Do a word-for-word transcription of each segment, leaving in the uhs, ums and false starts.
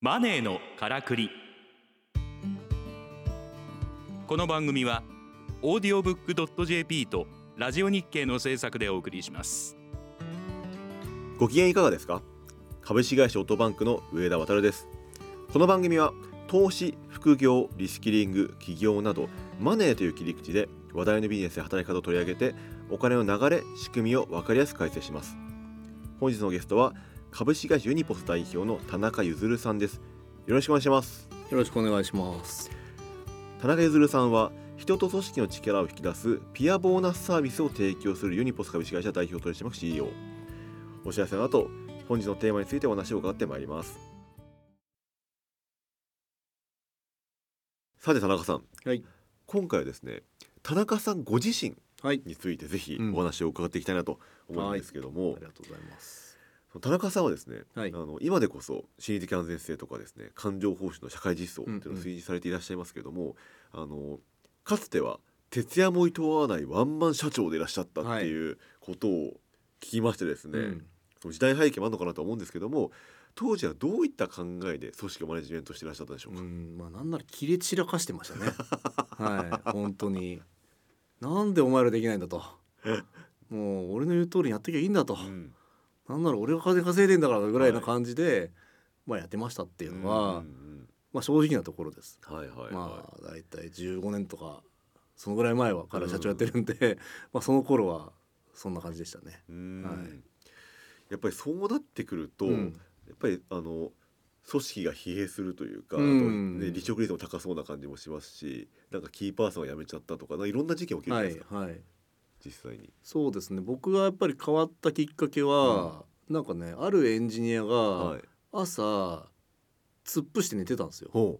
マネーのからくり。この番組はオーディオブックドットジェーピー とラジオ日経の制作でお送りします。 ご機嫌いかがですか？株式会社オートバンクの上田渉です。この番組は投資、副業、リスキリング、起業などマネーという切り口で話題のビジネスや働き方を取り上げてお金の流れ、仕組みを分かりやすく解説します。本日のゲストは株式会社ユニポス代表の田中譲さんです。よろしくお願いします。 よろしくお願いします。 田中譲さんは人と組織の力を引き出すピアボーナスサービスを提供するユニポス株式会社代表取締役 シーイーオー。 お知らせの後、本日のテーマについてお話を伺ってまいります。さて田中さん、 はい、 今回はですね、田中さんご自身についてぜひうんお話を伺っていきたいなと思うんですけども、 はい、ありがとうございます。 田中さんはですね、 はい、 あの今でこそ心理的安全性とかですね、感情報酬の社会実装っていうのを推示されていらっしゃいますけども、うんうん、あのかつては徹夜もいとわないワンマン社長でいらっしゃったっていうことを聞きましてですね、はい、その時代背景もあるのかなと思うんですけども、当時はどういった考えで組織をマネジメントしていらっしゃったでしょうか？ うん、まあ、なんなら切れ散らかしてましたねはい、本当になんでお前らできないんだともう俺の言う通りにやってきゃいいんだと、うん、なんなら俺が金稼いでんだからぐらいな感じで、はい、まあ、やってましたっていうのは、うんうん、まあ、正直なところです、はいはいはい、まあだいたいじゅうごねんとかそのぐらい前はから社長やってるんで、うん、まあその頃はそんな感じでしたね。うん、 はい、やっぱりそうなってくると、うん、やっぱりあの組織が疲弊するというか、うん、ね、離職率も高そうな感じもしますし、なんかキーパーソンが辞めちゃったとか、いろんな事件起きるんですか？はいはい、実際に。 そうですね、僕がやっぱり変わったきっかけは、うん、なんかね、あるエンジニアが朝突っ伏して寝てたんですよ、はい、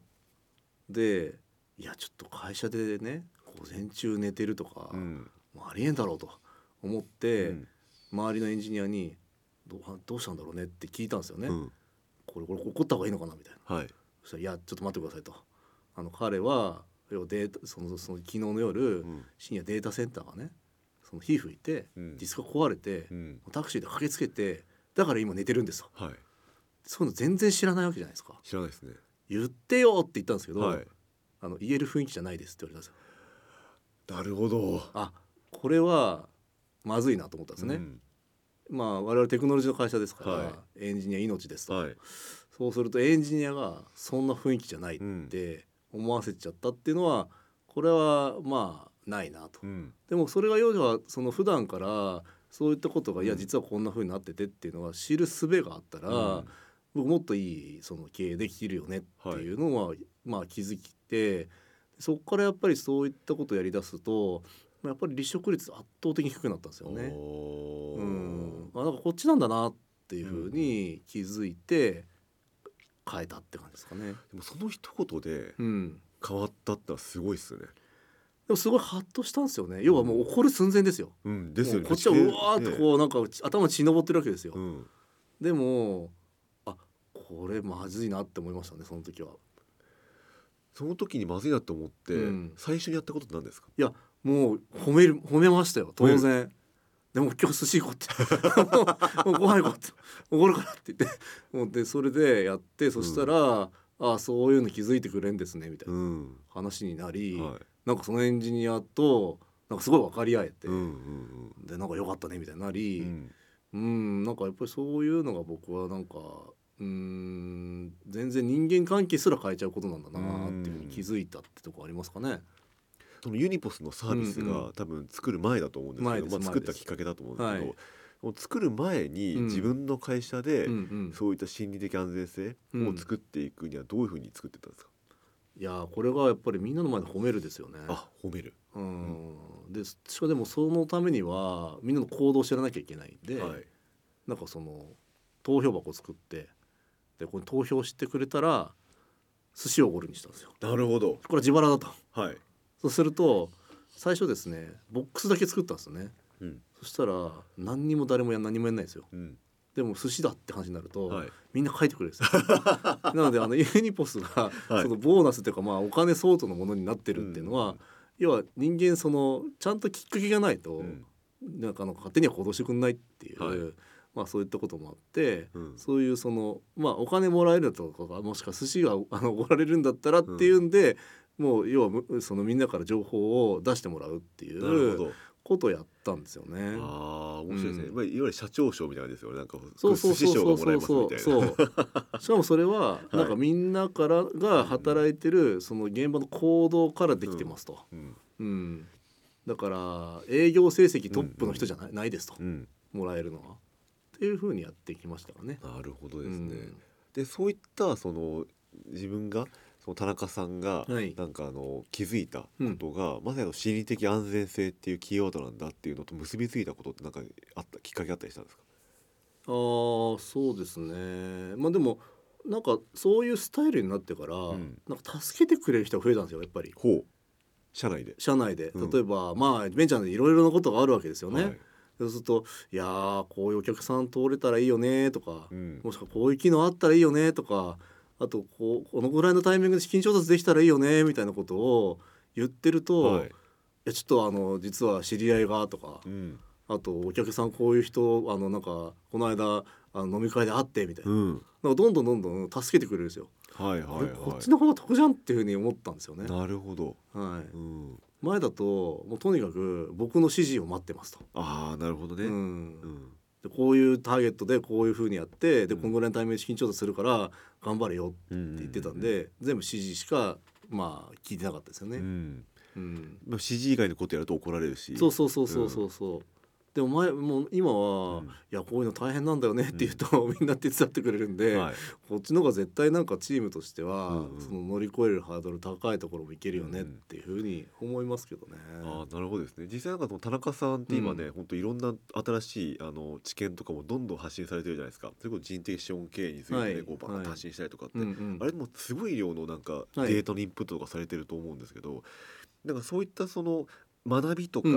で、いやちょっと会社でね午前中寝てるとか、うん、もうありえんだろうと思って、うん、周りのエンジニアにどう、どうしたんだろうねって聞いたんですよね、うん、これこれ怒った方がいいのかなみたいな、はい、そしたらいやちょっと待ってくださいと、あの彼は要データその、その昨日の夜、うん、深夜データセンターがねその火吹いて、うん、ディスクが壊れて、うん、タクシーで駆けつけてだから今寝てるんですよ、はい、そういうの全然知らないわけじゃないですか。 知らないですね。 言ってよって言ったんですけど、はい、あの言える雰囲気じゃないですって言われたんですよ。 なるほど。 あ、これはまずいなと思ったんですね、うん、まあ我々テクノロジーの会社ですから、はい、エンジニア命ですと、はい、そうするとエンジニアがそんな雰囲気じゃないって思わせちゃったっていうのは、これはまあないなと、うん、でもそれが要はその普段からそういったことが、うん、いや実はこんな風になっててっていうのは知る術があったら、うん、僕もっといいその経営できるよねっていうのは、はい、まあ気づきて、そこからやっぱりそういったことをやりだすとやっぱり離職率圧倒的に低くなったんですよね。うん、あ、なんかこっちなんだなっていう風に気づいて変えたって感じですかね。 でもその一言で変わったってのはすごいっすよね。 でもすごいハッとしたんですよね。要はもう怒る寸前ですよ、うん、ですよね。こっちはうわーっとこうなんか頭血上ってるわけですよ、うん、でもあ、これまずいなって思いましたね、その時は。 その時にまずいなと思って、うん、最初にやったことって何ですか？ いやもう褒める褒めましたよ当然。でも今日寿司行こうってもうご飯行こうっておごるからって言ってもうでそれでやって、そしたら、うん、あ、そういうの気づいてくれんですねみたいな話になり、うん、はい、なんかそのエンジニアとなんかすごい分かり合えて、うんうんうん、でなんか良かったねみたいになり、うん、うん、なんかやっぱりそういうのが僕はなんかうーん全然人間関係すら変えちゃうことなんだなっていうふうに気づいたってとこありますかね。 そのユニポスのサービスが、うんうん、多分作る前だと思うんですけど、まあ、作ったきっかけだと思うんですけど、はい、もう作る前に自分の会社で、うん、そういった心理的安全性を作っていくにはどういうふうに作ってたんですか？ いやこれがやっぱりみんなの前で褒めるですよね。 あ、褒める、うん、 でしかもでもそのためにはみんなの行動を知らなきゃいけないんで、はい、なんかその投票箱を作ってでこれ投票してくれたら寿司をおごるにしたんですよ。 なるほど。 これは自腹だと、 はい、 そうすると最初ですねボックスだけ作ったんですよね、うん、そしたら何にも誰もや何もやんないんですよ、うん、でも寿司だって話になると、はい、みんな書いてくれるんですよなのであのユニポスが、はい、そのボーナスというか、まあ、お金相当のものになってるっていうのは、うん、要は人間そのちゃんときっかけがないと、うん、なんかあの勝手には行動してくんないっていう、はい、 まあそういったこともあって、 うん、 そういうそのまあお金もらえるとかもしくは寿司があのおごられるんだったらっていうんで、うん、もう要はそのみんなから情報を出してもらうっていうことをやったんですよね。 ああ面白いですね、 うん、 まあ、いわゆる社長賞みたいなですよね。なんかそうそうそうそうそうそうそうしかもそれはなんかみんなからが働いてるその現場の行動からできてますと、うんうん、だから営業成績トップの人じゃない、うん、ないですと、うん、もらえるのはっていう風にやってきましたかね。 なるほどですね、うん、でそういったその自分がその田中さんがなんかあの気づいたことが、はい、まさにあの心理的安全性っていうキーワードなんだっていうのと結びついたことってなんかあったきっかけあったりしたんですか？ あーそうですね、まあでもなんかそういうスタイルになってから、うん、なんか助けてくれる人が増えたんですよやっぱり。 ほう社内で社内で例えば、うん、まあベンチャーでいろいろなことがあるわけですよね、はい、そうするといやーこういうお客さん通れたらいいよねとか、うん、もしくはこういう機能あったらいいよねとか、あとこうこのぐらいのタイミングで資金調達できたらいいよねみたいなことを言ってると、はい、いやちょっとあの実は知り合いがとか、うん、あとお客さんこういう人あのなんかこの間あの飲み会で会ってみたいな、うん、なんかどんどんどんどん助けてくれるんですよ。はいはいはい、こっちの方が得じゃんっていうふうに思ったんですよね。 なるほど、 はい、うん、前だともうとにかく僕の指示を待ってますと。 ああなるほどね、うんうん、 でこういうターゲットでこういう風にやってでこのぐらいのタイミングで資金調達するから頑張れよって言ってたんで、うんうんうん、全部指示しかまあ聞いてなかったですよね、うんうん、指示以外のことやると怒られるし。 そうそうそうそうそうそう、うん、でも前もう今は、うん、いやこういうの大変なんだよねって言うと、うん、みんな手伝ってくれるんで、はい、こっちの方が絶対なんかチームとしては、うんうん、その乗り越えるハードル高いところもいけるよねっていうふうに思いますけどね、 うん、あなるほどですね。実際なんかその田中さんって今ね、うん、本当いろんな新しいあの知見とかもどんどん発信されてるじゃないですか。それこそ人的資本経営についてね、はい、こうバーッと発信したりとかって、はい、あれもすごい量のなんかデータのインプットとかされてると思うんですけど、はい、なんかそういったその学びとか、うんうん、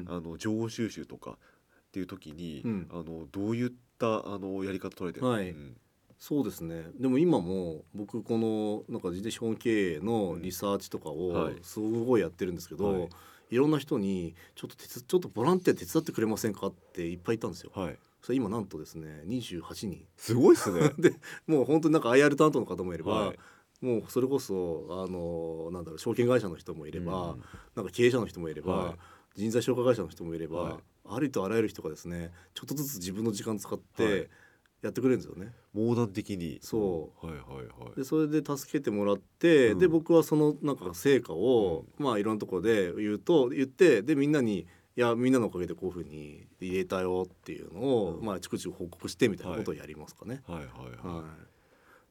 あの情報収集とかっていう時に、うん、あのどういったあのやり方取られてるんですか？はい、うん、 そうですね。でも今も僕このなんか人的資本経営のリサーチとかをすごいやってるんですけど、はいはい、いろんな人にちょっと手ちょっとボランティア手伝ってくれませんかっていっぱい言ったんですよ。はい、それ今なんとですねにじゅうはちにん。 すごいですね。 でもう本当になんか アイアール 担当の方もいれば、はい、もうそれこそあのなんだろう証券会社の人もいれば、うん、なんか経営者の人もいれば、はい、人材紹介会社の人もいれば、はい、ありとあらゆる人がですねちょっとずつ自分の時間使ってやってくれるんですよね。 モーダン的に。 そう、 はいはいはい、 でそれで助けてもらって、うん、で僕はそのなんか成果を、うん、まあいろんなところで言うと言ってでみんなにいやみんなのおかげでこういうふうに入れたよっていうのを、うん、まあ逐々報告してみたいなことをやりますかね。はい、はいはいはい、はい、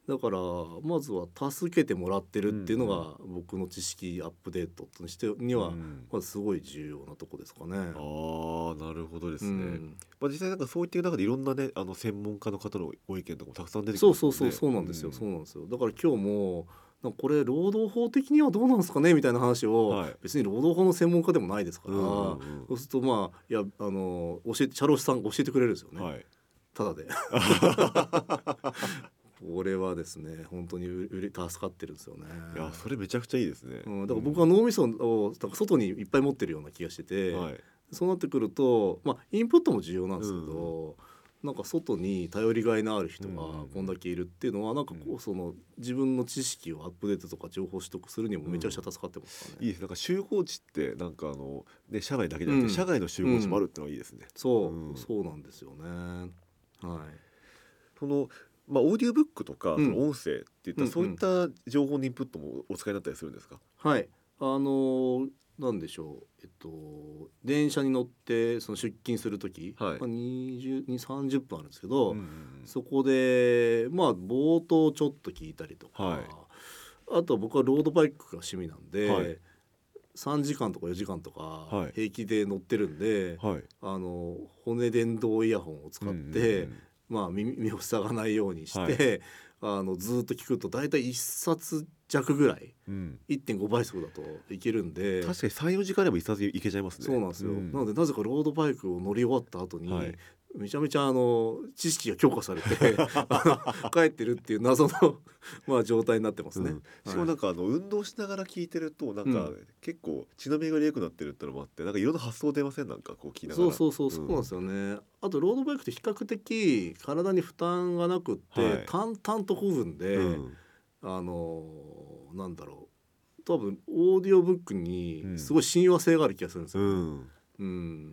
だからまずは助けてもらってるっていうのが僕の知識アップデートとしてにはまずすごい重要なとこですかね。 ああなるほどですね、うん、まあ、実際なんかそういった中でいろんなねあの専門家の方のご意見とかもたくさん出てきますね。 そうそうそうそうなんですよ、うん、そうなんですよ。だから今日もなんかこれ労働法的にはどうなんですかねみたいな話を、はい、別に労働法の専門家でもないですから、うんうんうん、そうするとまあいやあの教えて社労士さんが教えてくれるんですよね、はい、ただでこれはですね本当にうれ助かってるんですよね。 いやそれめちゃくちゃいいですね、 うん、だから僕は脳みそをなんか外にいっぱい持ってるような気がしてて、はい、そうなってくると、まあ、インプットも重要なんですけど、うん、なんか外に頼りがいのある人がこんだけいるっていうのはなんかこうその自分の知識をアップデートとか情報取得するにもめちゃくちゃ助かってますからね、 うん、いいです。なんか集合値ってなんかあの、ね、社内だけじゃなくて、うん、社外の集合値もあるってのはいいですね、うん、 そう、うん、そうなんですよね。はい、 そのまあ、オーディオブックとか、うん、その音声っていった、うん、そういった情報のインプットもお使いになったりするんですか？ はい、あのー、なんでしょう、えっと、電車に乗ってその出勤する時、はい、まあ、にじゅう、にじゅう、さんじゅっぷんあるんですけど、うんうんうん、そこでまあ冒頭ちょっと聞いたりとか、はい、あと僕はロードバイクが趣味なんで、はい、さんじかんとかよじかんとか平気で乗ってるんで、はい、あの骨伝導イヤホンを使って、うんうんうん、まあ、耳, 耳を塞がないようにして、はい、あのずっと聞くと大体いっさつ弱ぐらい、うん、いってんご 倍速だといけるんで、 確かに さん,よ 時間あればいっさついけちゃいますね。 そうなんですよ、うん、なのでなぜかロードバイクを乗り終わった後に、はい、 めちゃめちゃあの知識が強化されて帰ってるっていう謎のまあ状態になってますね、 うん、しかもなんかあの運動しながら聞いてるとなんか結構血の巡りが良くなってるってのもあってなんかいろんな発想出ませんなんかこう聞きながらそうそうそうそうなんですよね、うん、あとロードバイクって比較的体に負担がなくって、はい、淡々と漕ぐんで、うん、あのなんだろう多分オーディオブックにすごい親和性がある気がするんですよ、うんうん、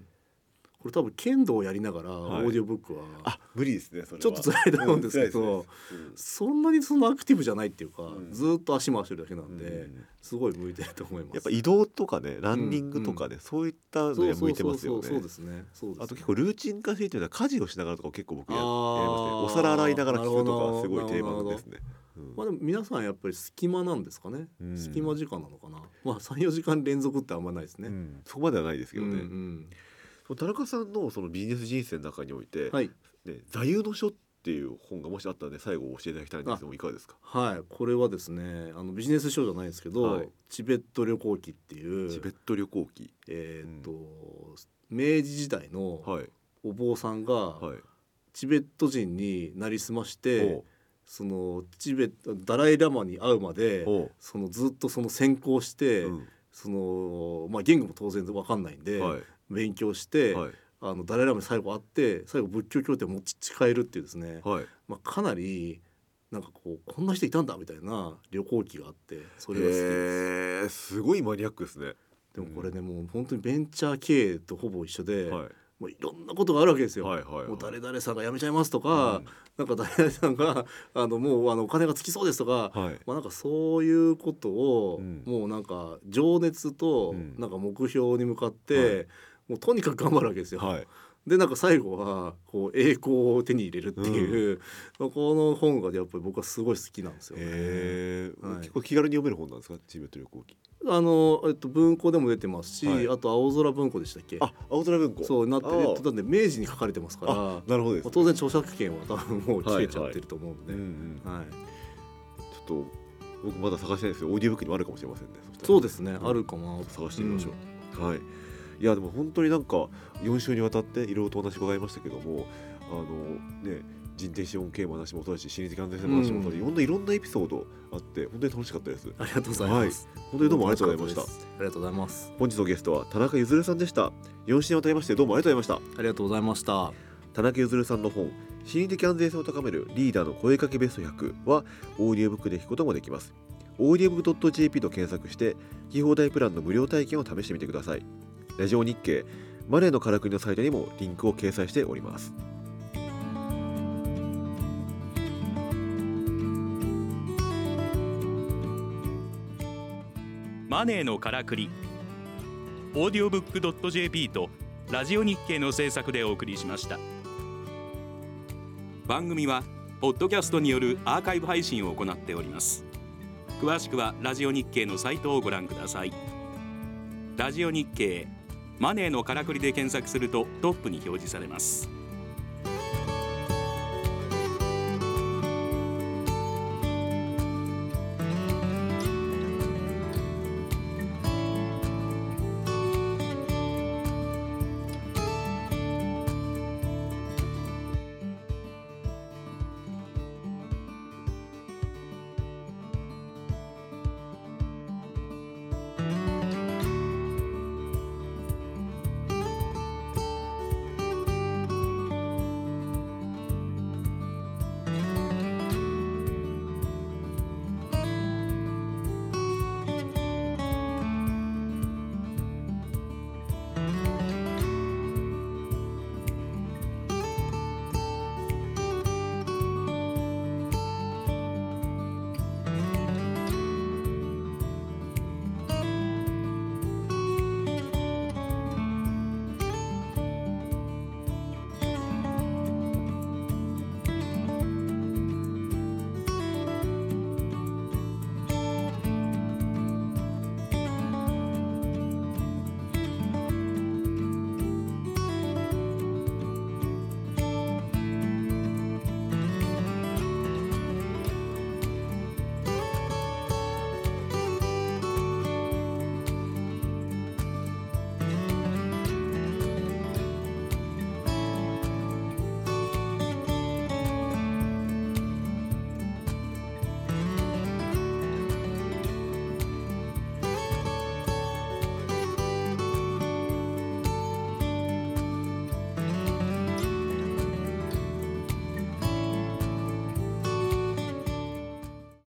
これ多分剣道をやりながらオーディオブックは、はい、 あ無理ですねそれはちょっと辛いと思うんですけど、うん、そんなにそのアクティブじゃないっていうか、うん、ずっと足回してるだけなんで、うん、すごい向いてると思います。 やっぱ移動とかねランニングとかね、うん、そういったのに向いてますよね。 そうですね。そうですね。 あと結構ルーチン化しているのは家事をしながらとか結構僕や, やりますね。お皿洗いながら聞くとかすごい定番ですね。うん、まあ、でも皆さんやっぱり隙間なんですかね、うん、隙間時間なのかな、まあ、さんよじかん連続ってあんまないですね、うん、 そこまではないですけどね、うんうん、田中さん の, そのビジネス人生の中において、はいね、座右の書っていう本がもしあったら、ね、最後教えていただきたいんですけどいかがですか。 はい、これはですねあのビジネス書じゃないですけど、はい、チベット旅行記っていうチベット旅行記、 えーっとうん、明治時代のお坊さんが、はい、チベット人になりすまして、そのチベットダライラマに会うまでそのずっとその専攻して、うんそのまあ、言語も当然分かんないんで、はい、勉強して、はい、あのダライラマに最後会って最後仏教経典を持ち帰るっていうですね、はいまあ、かなりなんかこうこんな人いたんだみたいな旅行記があってそれが好きです。 へーすごいマニアックですね。 でもこれね、うん、もう本当にベンチャー経営とほぼ一緒で、はいもういろんなことがあるわけですよ、はいはいはい、もう誰々さんが辞めちゃいますとか、うん、なんか誰々さんがあのもうあのお金がつきそうですとか、はいまあ、なんかそういうことを、うん、もうなんか情熱となんか目標に向かって、うん、もうとにかく頑張るわけですよ、はい、でなんか最後はこう栄光を手に入れるっていう、うん、この本がやっぱり僕はすごい好きなんですよね。 へー、はい、結構気軽に読める本なんですかチベット旅行記。 あの、えっと、文庫でも出てますし、はい、あと青空文庫でしたっけ。 あ、青空文庫そうなって、えっと、だって明治に書かれてますから。 なるほどです、ね、 当然著作権は多分もう切れちゃってると思うので、はいはいうんうんはい、 ちょっと僕まだ探してないですけどオーディオブックにもあるかもしれませんね。 そ, そうですね、うん、あるかな探してみましょう、うん、はい。いやでも本当になんかよん週にわたっていろいろとお話伺いましたけども、あのね人的資本経営の話もそうだし心理的安全性の話もそうだし、うん、いろんないろんなエピソードあって本当に楽しかったです。 ありがとうございます、 はい、本当にどうもありがとうございました。ありがとうございます。 本日のゲストは田中ゆずるさんでした。よん週にわたりましてどうもありがとうございました。 ありがとうございました。 田中ゆずるさんの本心理的安全性を高めるリーダーの声かけベストひゃくはオーディオブックで聞くこともできます。オーディオブックドットジェーピー と検索して聞き放題プランの無料体験を試してみてください。ラジオ日経マネーのからくりのサイトにもリンクを掲載しております。 マネーのからくりオーディオブックドットジェーピー とラジオ日経の制作でお送りしました。番組はポッドキャストによるアーカイブ配信を行っております。詳しくはラジオ日経のサイトをご覧ください。ラジオ日経マネーのからくりで検索するとトップに表示されます。